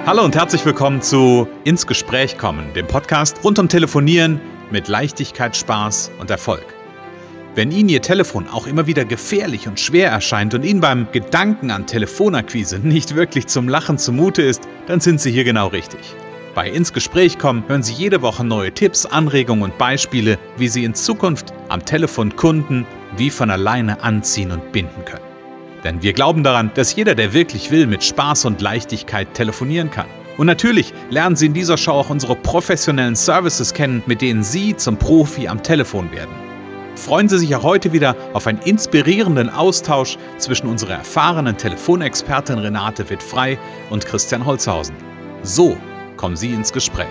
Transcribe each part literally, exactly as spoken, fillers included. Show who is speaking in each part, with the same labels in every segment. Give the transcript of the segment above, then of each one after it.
Speaker 1: Hallo und herzlich willkommen zu Ins Gespräch kommen, dem Podcast rund um Telefonieren mit Leichtigkeit, Spaß und Erfolg. Wenn Ihnen Ihr Telefon auch immer wieder gefährlich und schwer erscheint und Ihnen beim Gedanken an Telefonakquise nicht wirklich zum Lachen zumute ist, dann sind Sie hier genau richtig. Bei Ins Gespräch kommen hören Sie jede Woche neue Tipps, Anregungen und Beispiele, wie Sie in Zukunft am Telefon Kunden wie von alleine anziehen und binden können. Denn wir glauben daran, dass jeder, der wirklich will, mit Spaß und Leichtigkeit telefonieren kann. Und natürlich lernen Sie in dieser Show auch unsere professionellen Services kennen, mit denen Sie zum Profi am Telefon werden. Freuen Sie sich auch heute wieder auf einen inspirierenden Austausch zwischen unserer erfahrenen Telefonexpertin Renate Witt-Frey und Christian Holzhausen. So kommen Sie ins Gespräch.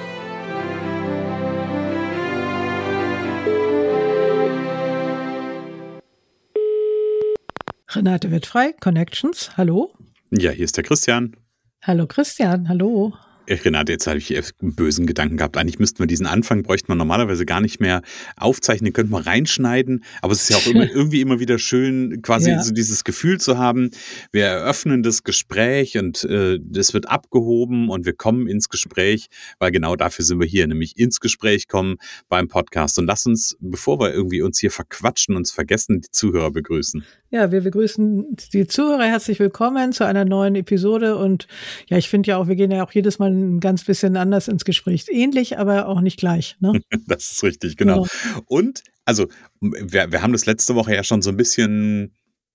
Speaker 2: Renate Witt-Frey, Connections, hallo.
Speaker 1: Ja, hier ist der Christian.
Speaker 2: Hallo Christian, hallo.
Speaker 1: Renate, jetzt habe ich einen bösen Gedanken gehabt. Eigentlich müssten wir diesen Anfang, bräuchte man normalerweise gar nicht mehr aufzeichnen, könnte man reinschneiden. Aber es ist ja auch immer, irgendwie immer wieder schön, quasi ja. so dieses Gefühl zu haben, wir eröffnen das Gespräch und äh, das wird abgehoben und wir kommen ins Gespräch, weil genau dafür sind wir hier, nämlich ins Gespräch kommen beim Podcast. Und lass uns, bevor wir irgendwie uns hier verquatschen, uns vergessen, die Zuhörer begrüßen.
Speaker 2: Ja, wir begrüßen die Zuhörer herzlich willkommen zu einer neuen Episode und ja, ich finde ja auch, wir gehen ja auch jedes Mal ein ganz bisschen anders ins Gespräch. Ähnlich, aber auch nicht gleich, ne?
Speaker 1: Das ist richtig, genau. Ja. Und, also, wir, wir haben das letzte Woche ja schon so ein bisschen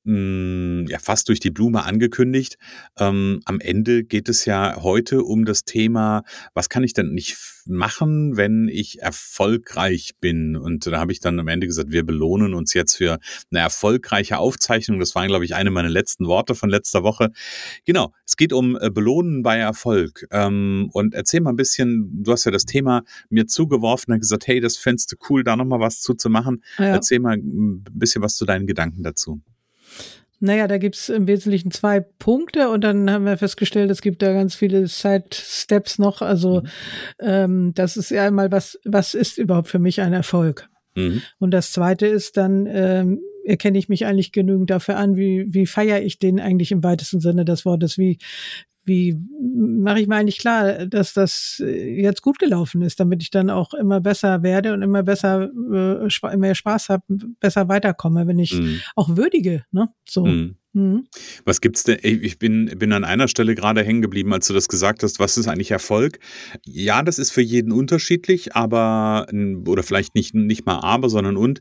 Speaker 1: mh, ja fast durch die Blume angekündigt. Ähm, am Ende geht es ja heute um das Thema, was kann ich denn nicht machen, wenn ich erfolgreich bin? Und da habe ich dann am Ende gesagt, wir belohnen uns jetzt für eine erfolgreiche Aufzeichnung. Das waren, glaube ich, eine meiner letzten Worte von letzter Woche. Genau, es geht um äh, Belohnen bei Erfolg. Ähm, und erzähl mal ein bisschen, du hast ja das Thema mir zugeworfen und gesagt, hey, das fändest du cool, da nochmal was zu, zu machen. Ja. Erzähl mal ein bisschen was zu deinen Gedanken dazu.
Speaker 2: Naja, da gibt's im Wesentlichen zwei Punkte und dann haben wir festgestellt, es gibt da ganz viele Side-Steps noch. Also mhm. ähm, das ist ja einmal, was, was ist überhaupt für mich ein Erfolg? Mhm. Und das Zweite ist dann, ähm, erkenne ich mich eigentlich genügend dafür an, wie, wie feiere ich den eigentlich im weitesten Sinne des Wortes, wie Wie mache ich mir eigentlich klar, dass das jetzt gut gelaufen ist, damit ich dann auch immer besser werde und immer besser, äh, mehr Spaß habe, besser weiterkomme, wenn ich mhm. auch würdige, ne? So. Mhm.
Speaker 1: Mhm. Was gibt's denn? Ich bin, bin an einer Stelle gerade hängen geblieben, als du das gesagt hast. Was ist eigentlich Erfolg? Ja, das ist für jeden unterschiedlich, aber, oder vielleicht nicht, nicht mal aber, sondern und.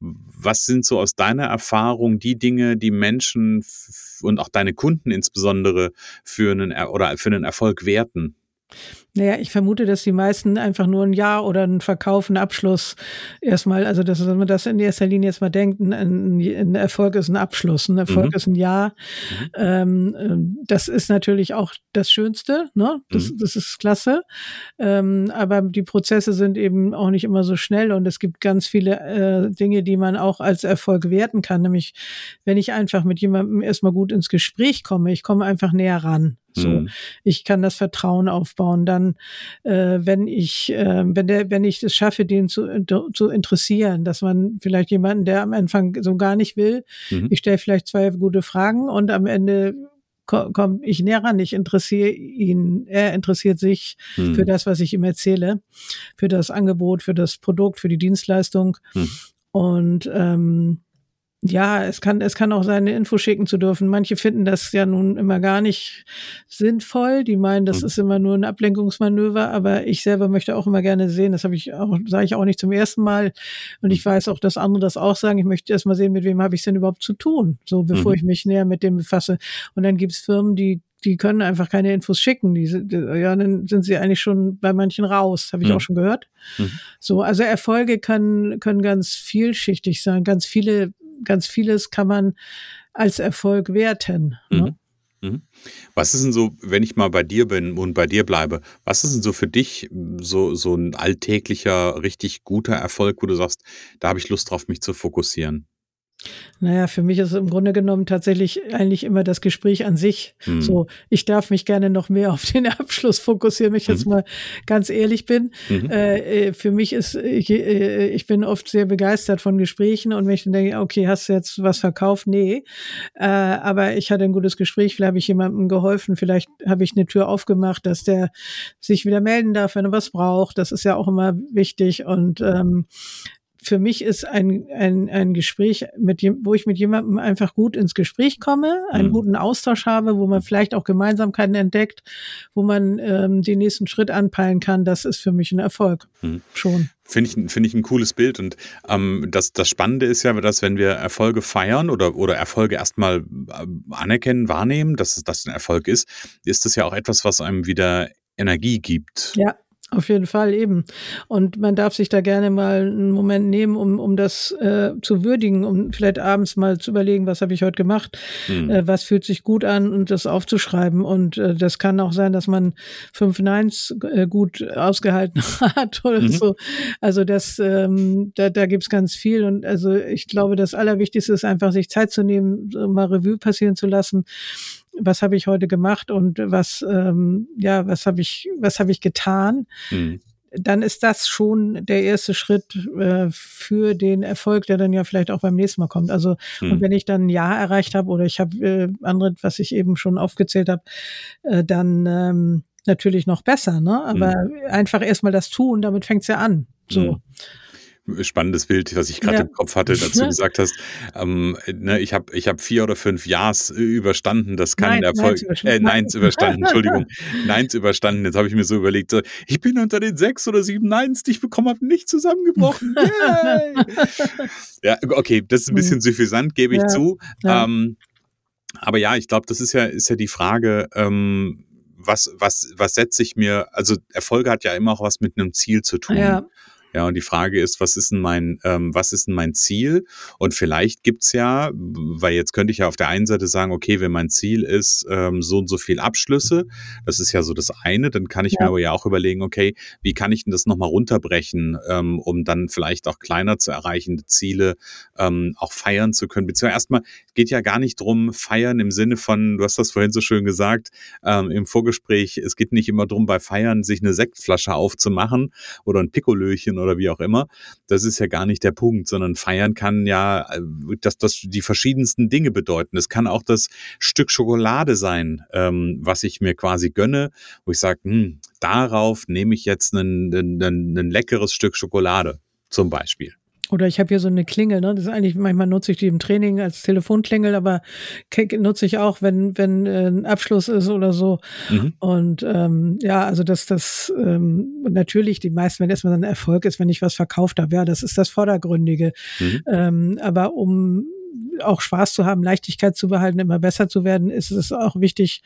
Speaker 1: Was sind so aus deiner Erfahrung die Dinge, die Menschen und auch deine Kunden insbesondere für einen, oder für einen Erfolg werten?
Speaker 2: Naja, ich vermute, dass die meisten einfach nur ein Ja oder einen Verkauf, einen Abschluss erstmal, also dass man das in erster Linie jetzt mal denkt, ein, ein Erfolg ist ein Abschluss, ein Erfolg mhm. ist ein Ja. Mhm. Ähm, das ist natürlich auch das Schönste, ne? Das, mhm. das ist klasse. Ähm, aber die Prozesse sind eben auch nicht immer so schnell und es gibt ganz viele äh, Dinge, die man auch als Erfolg werten kann. Nämlich, wenn ich einfach mit jemandem erstmal gut ins Gespräch komme, ich komme einfach näher ran. So, mhm. ich kann das Vertrauen aufbauen. Dann, äh, wenn ich, äh, wenn der, wenn ich es schaffe, den zu, zu interessieren, dass man vielleicht jemanden, der am Anfang so gar nicht will, mhm. ich stelle vielleicht zwei gute Fragen und am Ende ko- komme ich näher ran. Ich interessiere ihn, er interessiert sich mhm. für das, was ich ihm erzähle, für das Angebot, für das Produkt, für die Dienstleistung mhm. und ähm, ja, es kann, es kann auch sein, eine Info schicken zu dürfen. Manche finden das ja nun immer gar nicht sinnvoll. Die meinen, das mhm. ist immer nur ein Ablenkungsmanöver. Aber ich selber möchte auch immer gerne sehen. Das habe ich auch, sage ich auch nicht zum ersten Mal. Und ich weiß auch, dass andere das auch sagen. Ich möchte erst mal sehen, mit wem habe ich es denn überhaupt zu tun? So, bevor mhm. ich mich näher mit dem befasse. Und dann gibt's Firmen, die die können einfach keine Infos schicken. Die, ja, dann sind sie eigentlich schon bei manchen raus, habe ich mhm. auch schon gehört. Mhm. So, also Erfolge können können ganz vielschichtig sein. Ganz viele, ganz vieles kann man als Erfolg werten.
Speaker 1: Mhm.
Speaker 2: Ne?
Speaker 1: Mhm. Was ist denn so, wenn ich mal bei dir bin und bei dir bleibe, was ist denn so für dich so so ein alltäglicher, richtig guter Erfolg, wo du sagst, da habe ich Lust drauf, mich zu fokussieren?
Speaker 2: Naja, für mich ist es im Grunde genommen tatsächlich eigentlich immer das Gespräch an sich.
Speaker 1: Mhm.
Speaker 2: So, ich darf mich gerne noch mehr auf den Abschluss fokussieren, wenn ich jetzt
Speaker 1: Mhm.
Speaker 2: mal ganz ehrlich bin.
Speaker 1: Mhm.
Speaker 2: Äh, für mich ist, ich, äh, ich bin oft sehr begeistert von Gesprächen und wenn ich dann denke, okay, hast du jetzt was verkauft? Nee. Äh, aber ich hatte ein gutes Gespräch, vielleicht habe ich jemandem geholfen, vielleicht habe ich eine Tür aufgemacht, dass der sich wieder melden darf, wenn er was braucht. Das ist ja auch immer wichtig und ähm, für mich ist ein, ein, ein Gespräch, mit dem, wo ich mit jemandem einfach gut ins Gespräch komme, einen
Speaker 1: Mhm.
Speaker 2: guten Austausch habe, wo man vielleicht auch Gemeinsamkeiten entdeckt, wo man ähm, den nächsten Schritt anpeilen kann, das ist für mich ein Erfolg.
Speaker 1: Mhm.
Speaker 2: Schon.
Speaker 1: Finde ich, finde ich ein cooles Bild. Und ähm, das, das Spannende ist ja, dass wenn wir Erfolge feiern oder, oder Erfolge erstmal anerkennen, wahrnehmen, dass es das ein Erfolg ist, ist das ja auch etwas, was einem wieder Energie gibt.
Speaker 2: Ja. Auf jeden Fall eben. Und man darf sich da gerne mal einen Moment nehmen, um, um das äh, zu würdigen, um vielleicht abends mal zu überlegen, was habe ich heute gemacht,
Speaker 1: Hm.
Speaker 2: äh, was fühlt sich gut an und das aufzuschreiben. Und äh, das kann auch sein, dass man fünf Neins äh, gut ausgehalten hat oder
Speaker 1: Mhm.
Speaker 2: so. Also das, ähm, da, da gibt's ganz viel. Und also ich glaube, das Allerwichtigste ist einfach, sich Zeit zu nehmen, so mal Revue passieren zu lassen. Was habe ich heute gemacht und was, ähm, ja, was habe ich, was habe ich getan?
Speaker 1: Mhm.
Speaker 2: Dann ist das schon der erste Schritt äh, für den Erfolg, der dann ja vielleicht auch beim nächsten Mal kommt. Also
Speaker 1: Mhm.
Speaker 2: und wenn ich dann ein Ja erreicht habe oder ich habe äh, andere, was ich eben schon aufgezählt habe, äh, dann ähm, natürlich noch besser, ne? Aber
Speaker 1: Mhm.
Speaker 2: einfach erstmal das tun, damit fängt's ja an. So.
Speaker 1: Mhm. Spannendes Bild, was ich gerade
Speaker 2: Ja.
Speaker 1: im Kopf hatte, dazu gesagt hast, ähm, ne, ich habe ich hab vier oder fünf Ja's überstanden, das kann ein
Speaker 2: Nein, nein,
Speaker 1: Erfolg, äh, Neins überstanden, Entschuldigung, Neins überstanden. Jetzt habe ich mir so überlegt, so, ich bin unter den sechs oder sieben Neins, die ich bekommen habe, nicht zusammengebrochen. Yay! Ja, okay, das ist ein bisschen suffisant, gebe ich
Speaker 2: Ja,
Speaker 1: zu.
Speaker 2: ja.
Speaker 1: Ähm, aber ja, ich glaube, das ist ja, ist ja die Frage, ähm, was, was, was setze ich mir, also Erfolge hat ja immer auch was mit einem Ziel zu tun.
Speaker 2: Ja.
Speaker 1: Ja, und die Frage ist, was ist denn mein, ähm, was ist denn mein Ziel? Und vielleicht gibt's ja, weil jetzt könnte ich ja auf der einen Seite sagen, okay, wenn mein Ziel ist, ähm, so und so viel Abschlüsse, das ist ja so das eine, dann kann ich
Speaker 2: Ja.
Speaker 1: mir aber ja auch überlegen, okay, wie kann ich denn das nochmal runterbrechen, ähm, um dann vielleicht auch kleiner zu erreichende Ziele ähm, auch feiern zu können. Beziehungsweise erstmal, es geht ja gar nicht drum, feiern im Sinne von, du hast das vorhin so schön gesagt, ähm, im Vorgespräch, es geht nicht immer drum, bei Feiern sich eine Sektflasche aufzumachen oder ein Pikolöchen oder wie auch immer. Das ist ja gar nicht der Punkt, sondern feiern kann ja, dass das die verschiedensten Dinge bedeuten. Es kann auch das Stück Schokolade sein, ähm, was ich mir quasi gönne, wo ich sage, hm, darauf nehme ich jetzt ein, ein, ein, ein leckeres Stück Schokolade zum Beispiel.
Speaker 2: Oder ich habe hier so eine Klingel, ne? Das ist eigentlich, manchmal nutze ich die im Training als Telefonklingel, aber ke- nutze ich auch, wenn, wenn äh, ein Abschluss ist oder so.
Speaker 1: Mhm.
Speaker 2: Und ähm, ja, also dass das ähm, natürlich die meisten, wenn erstmal ein Erfolg ist, wenn ich was verkauft habe, ja, das ist das Vordergründige.
Speaker 1: Mhm.
Speaker 2: Ähm, aber um auch Spaß zu haben, Leichtigkeit zu behalten, immer besser zu werden, ist es auch wichtig,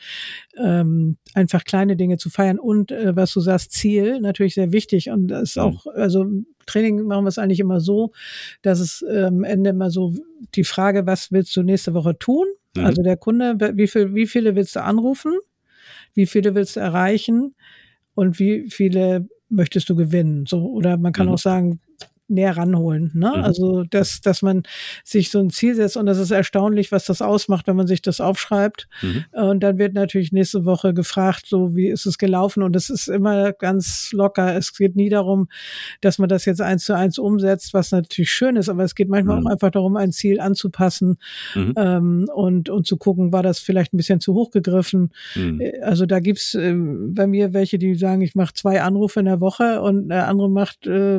Speaker 2: ähm, einfach kleine Dinge zu feiern und äh, was du sagst, Ziel, natürlich sehr wichtig und das ist
Speaker 1: Mhm.
Speaker 2: auch, also im Training machen wir es eigentlich immer so, dass es am ähm, Ende immer so die Frage, was willst du nächste Woche tun?
Speaker 1: Mhm.
Speaker 2: Also der Kunde, wie viel, wie viele willst du anrufen? Wie viele willst du erreichen? Und wie viele möchtest du gewinnen? So, oder man kann
Speaker 1: Mhm.
Speaker 2: auch sagen, näher ranholen, ne?
Speaker 1: Mhm.
Speaker 2: Also, dass, dass man sich so ein Ziel setzt und das ist erstaunlich, was das ausmacht, wenn man sich das aufschreibt.
Speaker 1: Mhm.
Speaker 2: Und dann wird natürlich nächste Woche gefragt, so, wie ist es gelaufen? Und es ist immer ganz locker. Es geht nie darum, dass man das jetzt eins zu eins umsetzt, was natürlich schön ist, aber es geht manchmal
Speaker 1: Mhm.
Speaker 2: auch einfach darum, ein Ziel anzupassen,
Speaker 1: Mhm.
Speaker 2: ähm, und, und zu gucken, war das vielleicht ein bisschen zu hoch gegriffen?
Speaker 1: Mhm.
Speaker 2: Also da gibt's äh, bei mir welche, die sagen, ich mache zwei Anrufe in der Woche und der andere macht, äh,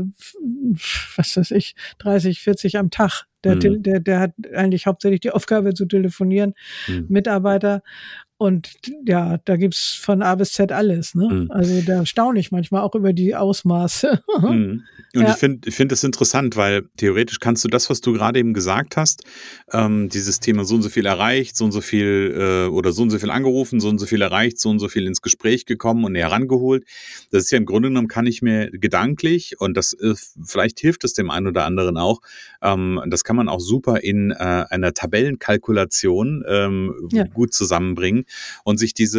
Speaker 2: was weiß ich, dreißig, vierzig am Tag. Der,
Speaker 1: Mhm.
Speaker 2: der, der hat eigentlich hauptsächlich die Aufgabe zu telefonieren,
Speaker 1: Mhm.
Speaker 2: Mitarbeiter. Und ja, da gibt's von A bis Z alles, ne?
Speaker 1: Mhm.
Speaker 2: Also da staune ich manchmal auch über die Ausmaße.
Speaker 1: Mhm. Und
Speaker 2: Ja.
Speaker 1: ich finde ich finde das interessant, weil theoretisch kannst du das, was du gerade eben gesagt hast, ähm, dieses Thema so und so viel erreicht, so und so viel äh, oder so und so viel angerufen, so und so viel erreicht, so und so viel ins Gespräch gekommen und näher rangeholt. Das ist ja im Grunde genommen, kann ich mir gedanklich, und das äh, vielleicht hilft es dem einen oder anderen auch, ähm, das kann man auch super in äh, einer Tabellenkalkulation ähm,
Speaker 2: Ja.
Speaker 1: gut zusammenbringen und sich diese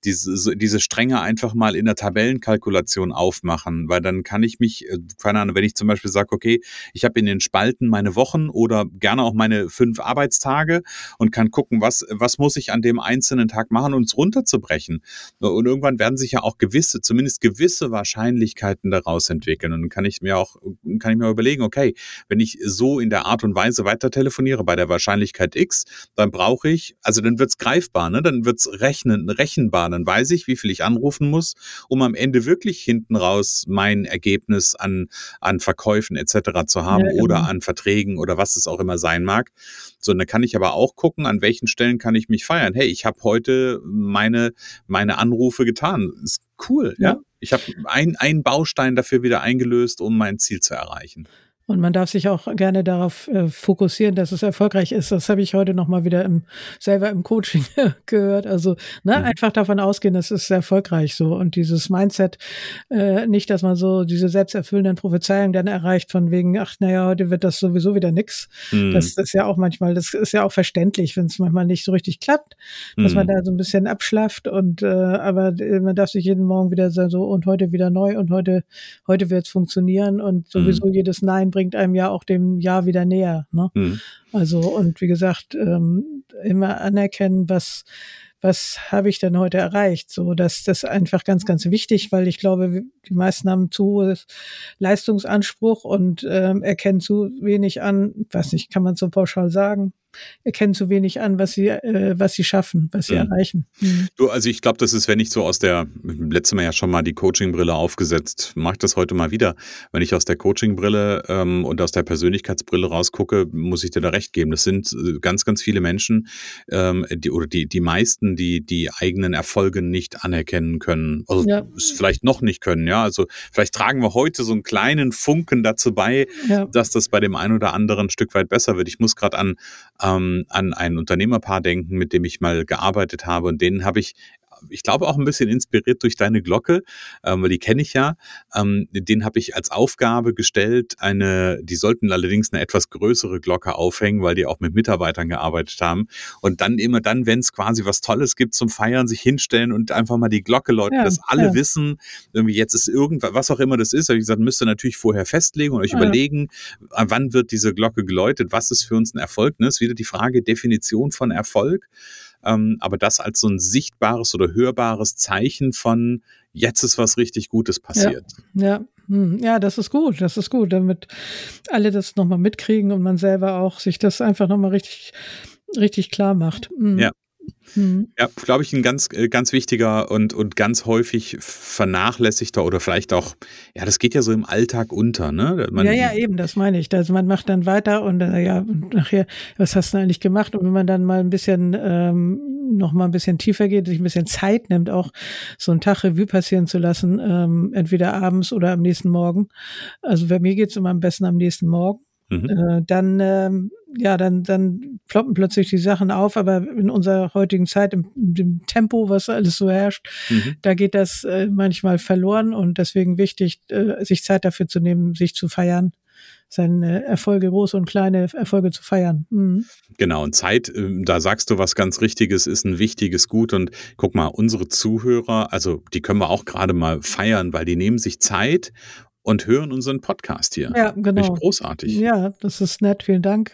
Speaker 1: diese, so- diese Stränge einfach mal in der Tabellenkalkulation aufmachen, weil dann kann ich mich, äh, keine Ahnung, wenn ich zum Beispiel sage, okay, ich habe in den Spalten meine Wochen oder gerne auch meine fünf Arbeitstage und kann gucken, was, was muss ich an dem einzelnen Tag machen, um es runterzubrechen. Und irgendwann werden sich ja auch gewisse, zumindest gewisse Wahrscheinlichkeiten daraus entwickeln. Und dann kann ich mir auch, kann ich mir überlegen, okay, wenn ich so in der Art und Weise weiter telefoniere bei der Wahrscheinlichkeit X, dann brauche ich, also dann wird's greifbar, ne? Dann wird's rechnen, rechenbar, dann weiß ich, wie viel ich anrufen muss, um am Ende wirklich hinten raus mein Ergebnis an, an Verkäufen et cetera zu haben
Speaker 2: Ja,
Speaker 1: oder
Speaker 2: genau.
Speaker 1: an Verträgen oder was es auch immer sein mag. So, und dann kann ich aber auch gucken, an welchen Stellen kann ich mich feiern. Hey, ich habe heute meine, meine Anrufe getan. Ist cool, ja.
Speaker 2: Ja.
Speaker 1: Ich habe ein, einen Baustein dafür wieder eingelöst, um mein Ziel zu erreichen.
Speaker 2: Und man darf sich auch gerne darauf äh, fokussieren, dass es erfolgreich ist. Das habe ich heute noch mal wieder im selber im Coaching gehört. Also, ne,
Speaker 1: Mhm.
Speaker 2: einfach davon ausgehen, es ist erfolgreich so. Und dieses Mindset, äh, nicht, dass man so diese selbsterfüllenden Prophezeiungen dann erreicht von wegen, ach, na ja, heute wird das sowieso wieder nix.
Speaker 1: Mhm.
Speaker 2: Das ist ja auch manchmal, das ist ja auch verständlich, wenn es manchmal nicht so richtig klappt, dass man
Speaker 1: Mhm.
Speaker 2: da so ein bisschen abschlafft und, äh, aber äh, man darf sich jeden Morgen wieder so so und heute wieder neu und heute, heute wird's funktionieren und sowieso jedes Nein bringt einem ja auch dem Ja wieder näher, ne?
Speaker 1: Mhm.
Speaker 2: Also, und wie gesagt, ähm, immer anerkennen, was, was habe ich denn heute erreicht? So, das, das ist einfach ganz, ganz wichtig, weil ich glaube, die meisten haben zu hohes Leistungsanspruch und ähm, erkennen zu wenig an, weiß nicht, kann man so pauschal sagen, erkennen zu wenig an, was sie, äh, was sie schaffen, was sie
Speaker 1: Mhm.
Speaker 2: erreichen. Mhm.
Speaker 1: Du, also ich glaube, das ist, wenn ich so aus der, letztes Mal ja schon mal die Coaching-Brille aufgesetzt, mache ich das heute mal wieder. Wenn ich aus der Coaching-Brille ähm, und aus der Persönlichkeitsbrille rausgucke, muss ich dir da recht geben. Das sind äh, ganz, ganz viele Menschen, ähm, die, oder die, die meisten, die die eigenen Erfolge nicht anerkennen können. Also
Speaker 2: Ja,
Speaker 1: es vielleicht noch nicht können, ja. Also vielleicht tragen wir heute so einen kleinen Funken dazu bei,
Speaker 2: ja,
Speaker 1: dass das bei dem einen oder anderen ein Stück weit besser wird. Ich muss gerade an, ähm, an ein Unternehmerpaar denken, mit dem ich mal gearbeitet habe und denen habe ich ich glaube auch ein bisschen inspiriert durch deine Glocke, ähm, weil die kenne ich ja. Ähm, den habe ich als Aufgabe gestellt, eine, die sollten allerdings eine etwas größere Glocke aufhängen, weil die auch mit Mitarbeitern gearbeitet haben. Und dann immer dann, wenn es quasi was Tolles gibt zum Feiern, sich hinstellen und einfach mal die Glocke läuten,
Speaker 2: ja,
Speaker 1: dass alle
Speaker 2: ja,
Speaker 1: wissen, irgendwie jetzt ist irgendwas, was auch immer das ist. Habe ich gesagt, müsst ihr natürlich vorher festlegen und euch
Speaker 2: ja,
Speaker 1: überlegen, wann wird diese Glocke geläutet, was ist für uns ein Erfolg. Ne? Das ist wieder die Frage Definition von Erfolg. Ähm, aber das als so ein sichtbares oder hörbares Zeichen von jetzt ist was richtig Gutes
Speaker 2: ja,
Speaker 1: passiert.
Speaker 2: ja. Hm, ja, das ist gut, das ist gut, damit alle das nochmal mitkriegen und man selber auch sich das einfach nochmal richtig, richtig klar macht. Mhm.
Speaker 1: Ja.
Speaker 2: Mhm.
Speaker 1: Ja, glaube ich, ein ganz, äh, ganz wichtiger und, und ganz häufig vernachlässigter oder vielleicht auch, ja, das geht ja so im Alltag unter, ne?
Speaker 2: Ja, ja,
Speaker 1: Man,
Speaker 2: eben, das meine ich. Also man macht dann weiter und äh, ja, und nachher, was hast du eigentlich gemacht? Und wenn man dann mal ein bisschen, ähm, noch mal ein bisschen tiefer geht, sich ein bisschen Zeit nimmt, auch so einen Tag Revue passieren zu lassen, ähm, entweder abends oder am nächsten Morgen. Also bei mir geht's immer am besten am nächsten Morgen.
Speaker 1: mhm,
Speaker 2: Äh, dann, ähm, ja, dann, dann ploppen plötzlich die Sachen auf, aber in unserer heutigen Zeit, im, im Tempo, was alles so herrscht,
Speaker 1: mhm.
Speaker 2: da geht das äh, manchmal verloren und deswegen wichtig, äh, sich Zeit dafür zu nehmen, sich zu feiern, seine Erfolge, große und kleine Erfolge zu feiern. Mhm.
Speaker 1: Genau, und Zeit, ähm, da sagst du was ganz Richtiges, ist ein wichtiges Gut. Und guck mal, unsere Zuhörer, also die können wir auch gerade mal feiern, weil die nehmen sich Zeit und hören unseren Podcast hier.
Speaker 2: Ja,
Speaker 1: Finde ich
Speaker 2: genau.
Speaker 1: großartig.
Speaker 2: Ja, das ist nett, vielen Dank.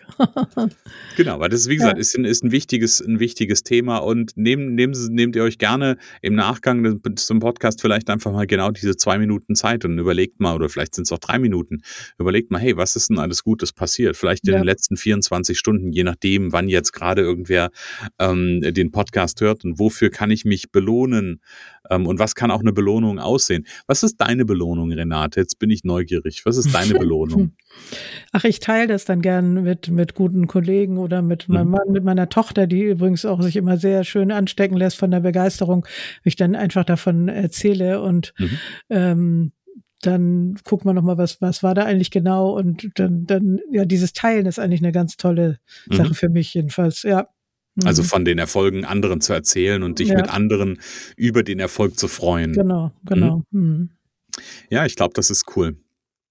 Speaker 1: Genau, weil das ist, wie
Speaker 2: Ja,
Speaker 1: gesagt, ist ein, ist ein wichtiges, ein wichtiges Thema und nehm, nehmen Sie, nehmt ihr euch gerne im Nachgang zum Podcast vielleicht einfach mal genau diese zwei Minuten Zeit und überlegt mal, oder vielleicht sind es auch drei Minuten, überlegt mal, hey, was ist denn alles Gutes passiert? Vielleicht in
Speaker 2: ja,
Speaker 1: den letzten vierundzwanzig Stunden, je nachdem, wann jetzt gerade irgendwer ähm, den Podcast hört und wofür kann ich mich belohnen ähm, und was kann auch eine Belohnung aussehen? Was ist deine Belohnung, Renate? Jetzt bin ich neugierig. Was ist deine Belohnung?
Speaker 2: ach, ich teile das dann gern mit, mit guten Kollegen oder mit meinem
Speaker 1: Mhm.
Speaker 2: Mann, mit meiner Tochter, die übrigens auch sich immer sehr schön anstecken lässt von der Begeisterung, wenn ich dann einfach davon erzähle und
Speaker 1: Mhm.
Speaker 2: ähm, dann guckt man nochmal, was, was war da eigentlich genau und dann, dann, ja, dieses Teilen ist eigentlich eine ganz tolle
Speaker 1: Mhm.
Speaker 2: Sache für mich jedenfalls, ja.
Speaker 1: Also
Speaker 2: Mhm.
Speaker 1: von den Erfolgen anderen zu erzählen und dich mit
Speaker 2: Ja,
Speaker 1: anderen über den Erfolg zu freuen.
Speaker 2: genau,
Speaker 1: Mhm.
Speaker 2: genau. Mhm.
Speaker 1: Ja, ich glaube, das ist cool.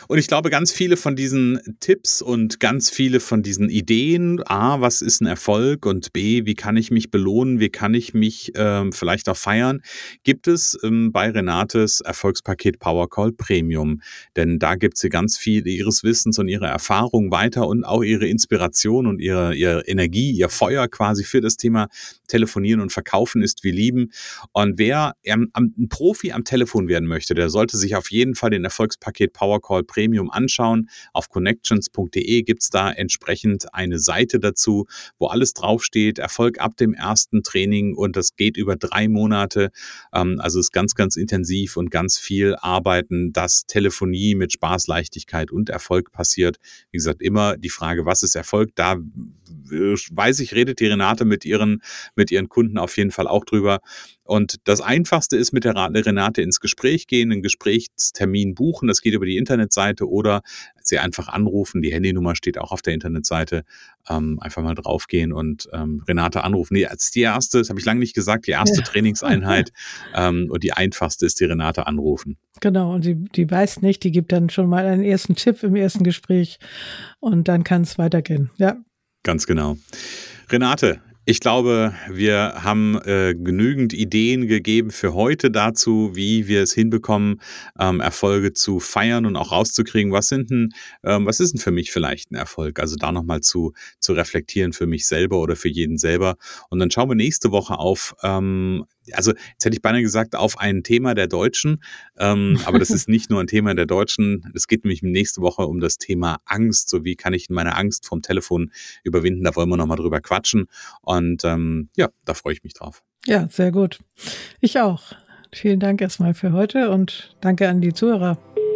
Speaker 1: Und ich glaube, ganz viele von diesen Tipps und ganz viele von diesen Ideen, A, was ist ein Erfolg und B, wie kann ich mich belohnen, wie kann ich mich ähm, vielleicht auch feiern, gibt es ähm, bei Renates Erfolgspaket Powercall Premium. Denn da gibt sie ganz viel ihres Wissens und ihrer Erfahrung weiter und auch ihre Inspiration und ihre, ihre Energie, ihr Feuer quasi für das Thema Telefonieren und Verkaufen ist wie lieben. Und wer ähm, ein Profi am Telefon werden möchte, der sollte sich auf jeden Fall den Erfolgspaket Powercall Premium anschauen. Auf connections punkt de gibt es da entsprechend eine Seite dazu, wo alles draufsteht. Erfolg ab dem ersten Training und das geht über drei Monate. Ähm, also ist ganz, ganz intensiv und ganz viel Arbeiten, dass Telefonie mit Spaß, Leichtigkeit und Erfolg passiert. Wie gesagt, immer die Frage, was ist Erfolg? Da weiß ich, redet die Renate mit ihren, mit ihren Kunden auf jeden Fall auch drüber. Und das Einfachste ist mit der Renate ins Gespräch gehen, einen Gesprächstermin buchen. Das geht über die Internetseite oder sie einfach anrufen. Die Handynummer steht auch auf der Internetseite. Ähm, einfach mal draufgehen und ähm, Renate anrufen. Nee, als die erste, das habe ich lange nicht gesagt, die erste ja. Trainingseinheit ähm, und die einfachste ist die Renate anrufen.
Speaker 2: Genau, und die, die weiß nicht, die gibt dann schon mal einen ersten Tipp im ersten Gespräch und dann kann es weitergehen. Ja.
Speaker 1: Ganz genau. Renate, ich glaube, wir haben äh, genügend Ideen gegeben für heute dazu, wie wir es hinbekommen, ähm, Erfolge zu feiern und auch rauszukriegen. Was sind denn, ähm, was ist denn für mich vielleicht ein Erfolg? Also da nochmal zu, zu reflektieren für mich selber oder für jeden selber. Und dann schauen wir nächste Woche auf, ähm, also jetzt hätte ich beinahe gesagt, auf ein Thema der Deutschen, ähm, aber das ist nicht nur ein Thema der Deutschen, es geht nämlich nächste Woche um das Thema Angst, so wie kann ich meine Angst vom Telefon überwinden, da wollen wir nochmal drüber quatschen und ähm, ja, da freue ich mich drauf.
Speaker 2: Ja, sehr gut. Ich auch. Vielen Dank erstmal für heute und danke an die Zuhörer.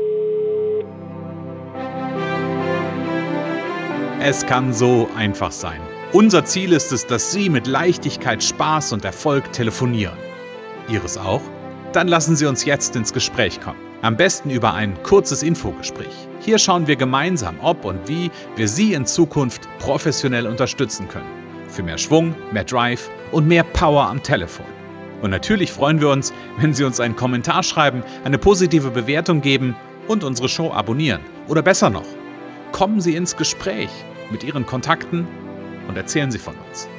Speaker 1: Es kann so einfach sein. Unser Ziel ist es, dass Sie mit Leichtigkeit, Spaß und Erfolg telefonieren. Ihres auch? Dann lassen Sie uns jetzt ins Gespräch kommen. Am besten über ein kurzes Infogespräch. Hier schauen wir gemeinsam, ob und wie wir Sie in Zukunft professionell unterstützen können. Für mehr Schwung, mehr Drive und mehr Power am Telefon. Und natürlich freuen wir uns, wenn Sie uns einen Kommentar schreiben, eine positive Bewertung geben und unsere Show abonnieren. Oder besser noch, kommen Sie ins Gespräch mit Ihren Kontakten und erzählen Sie von uns.